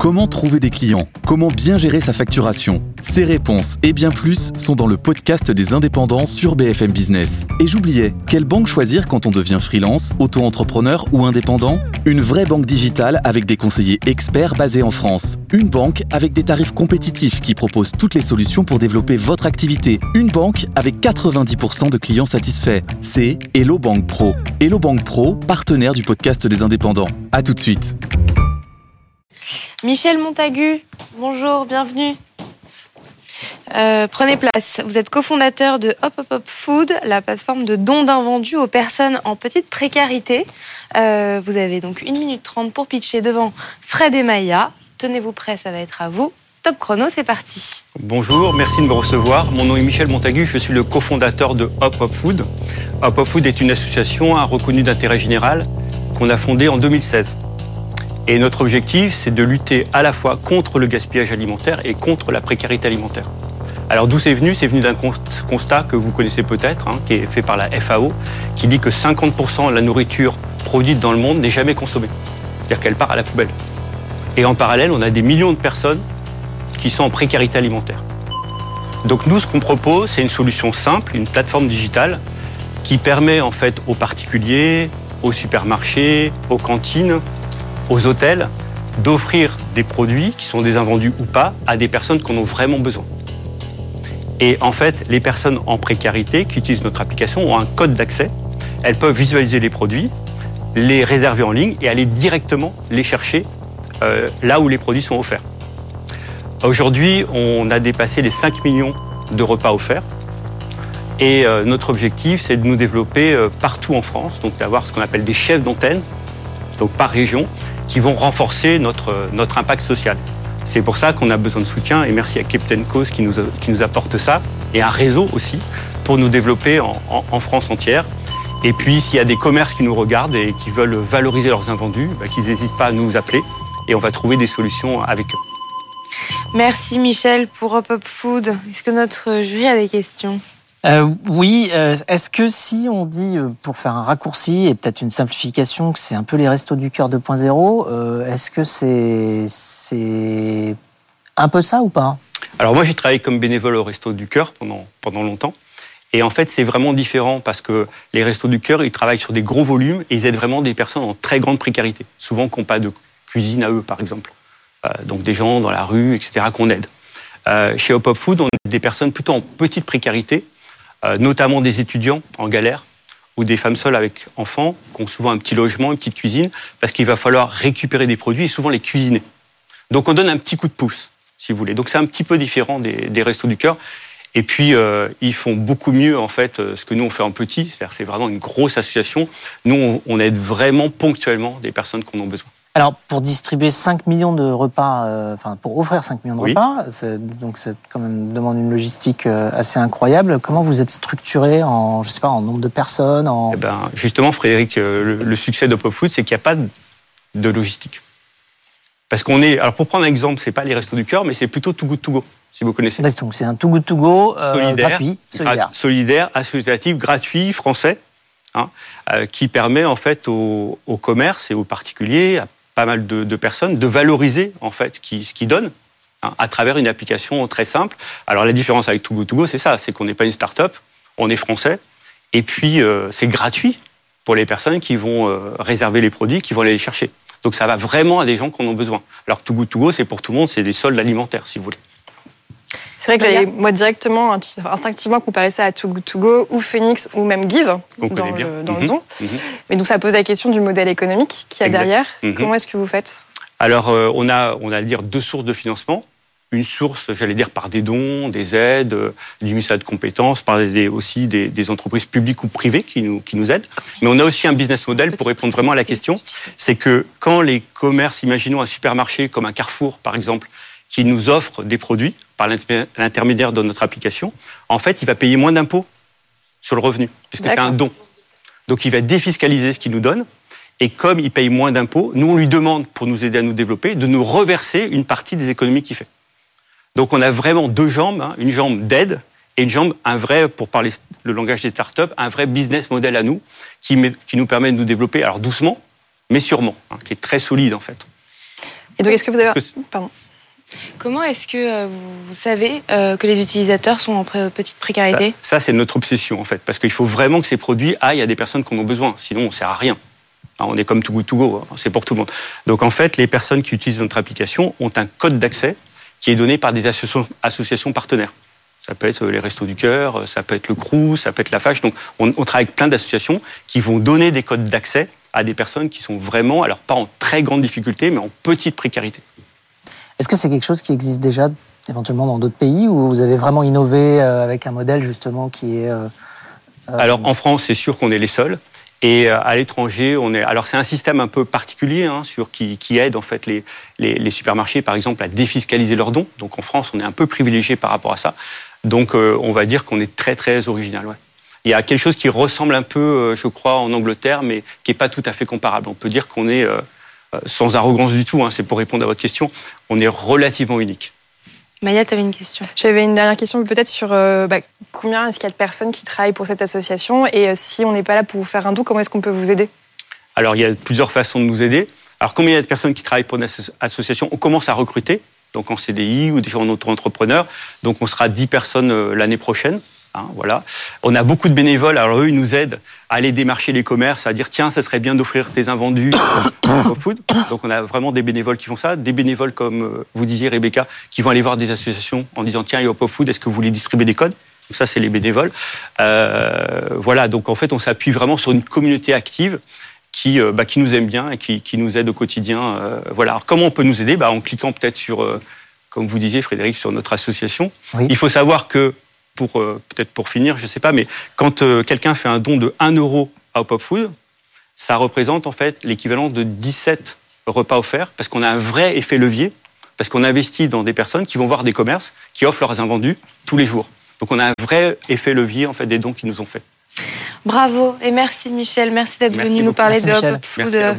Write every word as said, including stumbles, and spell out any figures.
Comment trouver des clients ? Comment bien gérer sa facturation ? Ces réponses et bien plus sont dans le podcast des indépendants sur B F M Business. Et j'oubliais, quelle banque choisir quand on devient freelance, auto-entrepreneur ou indépendant ? Une vraie banque digitale avec des conseillers experts basés en France. Une banque avec des tarifs compétitifs qui propose toutes les solutions pour développer votre activité. Une banque avec quatre-vingt-dix pour cent de clients satisfaits. C'est Hello Bank Pro. Hello Bank Pro, partenaire du podcast des indépendants. À tout de suite. Michel Montagu, bonjour, bienvenue. Euh, prenez place. Vous êtes cofondateur de Hop Hop Hop Food, la plateforme de dons d'invendus aux personnes en petite précarité. Euh, vous avez donc une minute trente pour pitcher devant Fred et Maya. Tenez-vous prêts, ça va être à vous. Top chrono, c'est parti. Bonjour, merci de me recevoir. Mon nom est Michel Montagu, je suis le cofondateur de Hop Hop Food. Hop Hop Food est une association reconnue d'intérêt général qu'on a fondée en deux mille seize. Et notre objectif, c'est de lutter à la fois contre le gaspillage alimentaire et contre la précarité alimentaire. Alors d'où c'est venu ? C'est venu d'un constat que vous connaissez peut-être, hein, qui est fait par la F A O, qui dit que cinquante pour cent de la nourriture produite dans le monde n'est jamais consommée. C'est-à-dire qu'elle part à la poubelle. Et en parallèle, on a des millions de personnes qui sont en précarité alimentaire. Donc nous, ce qu'on propose, c'est une solution simple, une plateforme digitale qui permet en fait aux particuliers, aux supermarchés, aux cantines, aux hôtels, d'offrir des produits qui sont des invendus ou pas à des personnes qui en ont vraiment besoin. Et en fait, les personnes en précarité qui utilisent notre application ont un code d'accès. Elles peuvent visualiser les produits, les réserver en ligne et aller directement les chercher euh, là où les produits sont offerts. Aujourd'hui, on a dépassé les cinq millions de repas offerts. Et euh, notre objectif, c'est de nous développer euh, partout en France, donc d'avoir ce qu'on appelle des chefs d'antenne, donc par région, qui vont renforcer notre, notre impact social. C'est pour ça qu'on a besoin de soutien, et merci à Captain Cause qui nous, qui nous apporte ça, et un réseau aussi, pour nous développer en, en, en France entière. Et puis, s'il y a des commerces qui nous regardent et qui veulent valoriser leurs invendus, bah, qu'ils n'hésitent pas à nous appeler, et on va trouver des solutions avec eux. Merci Michel pour Hop Hop Food. Est-ce que notre jury a des questions ? Euh, oui, euh, est-ce que si on dit, euh, pour faire un raccourci et peut-être une simplification, que c'est un peu les Restos du Cœur deux point zéro, euh, est-ce que c'est, c'est un peu ça ou pas ? Alors moi, j'ai travaillé comme bénévole au Restos du Cœur pendant, pendant longtemps. Et en fait, c'est vraiment différent parce que les Restos du Cœur, ils travaillent sur des gros volumes et ils aident vraiment des personnes en très grande précarité, souvent qui n'ont pas de cuisine à eux, par exemple. Euh, donc des gens dans la rue, et cetera, qu'on aide. Euh, chez Hop Hop Food, on a des personnes plutôt en petite précarité, Euh, notamment des étudiants en galère ou des femmes seules avec enfants qui ont souvent un petit logement, une petite cuisine, parce qu'il va falloir récupérer des produits et souvent les cuisiner. Donc on donne un petit coup de pouce, si vous voulez. Donc c'est un petit peu différent des, des Restos du Cœur. Et puis euh, ils font beaucoup mieux en fait ce que nous on fait en petit, c'est-à-dire c'est vraiment une grosse association. Nous on, on aide vraiment ponctuellement des personnes qui en ont besoin. Alors, pour distribuer cinq millions de repas, euh, enfin, pour offrir cinq millions de Oui. repas, c'est, donc ça quand même demande une logistique euh, assez incroyable. Comment vous êtes structuré en, je sais pas, en nombre de personnes en... Eh ben, justement, Frédéric, euh, le, le succès d'Hop Hop Food, c'est qu'il n'y a pas de, de logistique. Parce qu'on est, alors pour prendre un exemple, c'est pas les Restos du Cœur, mais c'est plutôt Too Good To Go, si vous connaissez. Donc, c'est un Too Good To Go euh, solidaire, gratuit, solidaire. Gra- solidaire, associatif, gratuit, français, hein, euh, qui permet en fait aux, aux commerces et aux particuliers, à pas mal de, de personnes, de valoriser en fait ce qu'ils, ce qu'ils donnent hein, à travers une application très simple. Alors la différence avec Too Good To Go, c'est ça, c'est qu'on n'est pas une start-up, on est français, et puis euh, c'est gratuit pour les personnes qui vont euh, réserver les produits, qui vont aller les chercher. Donc ça va vraiment à des gens qui en ont besoin. Alors que Too Good To Go, c'est pour tout le monde, c'est des soldes alimentaires, si vous voulez. C'est vrai que les, moi, directement, instinctivement, comparer ça à Too Good To Go ou Phoenix ou même Give On dans, connaît bien. le, dans Mmh. le don. Mmh. Mais donc, ça pose la question du modèle économique qu'il y a Exact. derrière. Mmh. Comment est-ce que vous faites ? Alors, euh, on a, on a à dire deux sources de financement. Une source, j'allais dire, par des dons, des aides, euh, du ministère de compétences, par des, aussi des, des entreprises publiques ou privées qui nous, qui nous aident. Mais on a aussi un business model pour répondre vraiment à la question. C'est que quand les commerces, imaginons un supermarché comme un Carrefour, par exemple, qui nous offre des produits par l'intermédiaire de notre application, en fait, il va payer moins d'impôts sur le revenu, puisque D'accord. c'est un don. Donc, il va défiscaliser ce qu'il nous donne. Et comme il paye moins d'impôts, nous, on lui demande, pour nous aider à nous développer, de nous reverser une partie des économies qu'il fait. Donc, on a vraiment deux jambes, hein, une jambe d'aide et une jambe, un vrai, pour parler le langage des startups, un vrai business model à nous, qui, met, qui nous permet de nous développer, alors doucement, mais sûrement, hein, qui est très solide, en fait. Et donc, est-ce que vous avez... Pardon. Comment est-ce que euh, vous savez euh, que les utilisateurs sont en pré- petite précarité ? Ça, ça, c'est notre obsession, en fait, parce qu'il faut vraiment que ces produits aillent à des personnes qui en ont besoin. Sinon, on ne sert à rien. Hein, on est comme Too Good To Go, hein, c'est pour tout le monde. Donc, en fait, les personnes qui utilisent notre application ont un code d'accès qui est donné par des associations, associations partenaires. Ça peut être les Restos du Cœur, ça peut être le Crous, ça peut être la Fâche. Donc, on, on travaille avec plein d'associations qui vont donner des codes d'accès à des personnes qui sont vraiment, alors pas en très grande difficulté, mais en petite précarité. Est-ce que c'est quelque chose qui existe déjà éventuellement dans d'autres pays ou vous avez vraiment innové avec un modèle justement qui est... Euh, alors en France, c'est sûr qu'on est les seuls. Et à l'étranger, on est. Alors c'est un système un peu particulier, hein, sur qui, qui aide en fait les, les, les supermarchés, par exemple, à défiscaliser leurs dons. Donc en France, on est un peu privilégié par rapport à ça. Donc euh, on va dire qu'on est très très original. Ouais. Il y a quelque chose qui ressemble un peu, euh, je crois, en Angleterre, mais qui n'est pas tout à fait comparable. On peut dire qu'on est euh, sans arrogance du tout, hein, c'est pour répondre à votre question, on est relativement unique. Maya, tu avais une question. J'avais une dernière question, peut-être sur euh, bah, combien est-ce qu'il y a de personnes qui travaillent pour cette association et euh, si on n'est pas là pour vous faire un don, comment est-ce qu'on peut vous aider ? Alors, il y a plusieurs façons de nous aider. Alors, combien il y a de personnes qui travaillent pour une association ? On commence à recruter, donc en C D I ou déjà en auto-entrepreneur. Donc, on sera dix personnes euh, l'année prochaine. Hein, voilà. On a beaucoup de bénévoles, alors eux, ils nous aident à aller démarcher les commerces, à dire tiens, ça serait bien d'offrir tes invendus au food. Donc on a vraiment des bénévoles qui font ça, des bénévoles comme vous disiez Rebecca, qui vont aller voir des associations en disant tiens, Hop Hop Food, est-ce que vous voulez distribuer des codes ? Donc ça, c'est les bénévoles. Euh, voilà, donc en fait, on s'appuie vraiment sur une communauté active qui, euh, bah, qui nous aime bien et qui, qui nous aide au quotidien. Euh, voilà. Alors comment on peut nous aider ? Bah, en cliquant peut-être sur, euh, comme vous disiez Frédéric, sur notre association. Oui. Il faut savoir que Pour, euh, peut-être pour finir, je ne sais pas, mais quand euh, quelqu'un fait un don de un euro à Hop Hop Food, ça représente en fait l'équivalent de dix-sept repas offerts, parce qu'on a un vrai effet levier, parce qu'on investit dans des personnes qui vont voir des commerces qui offrent leurs invendus tous les jours. Donc on a un vrai effet levier en fait des dons qu'ils nous ont faits. Bravo et merci Michel, merci d'être merci venu beaucoup. nous parler merci de Michel. Hop Hop Food.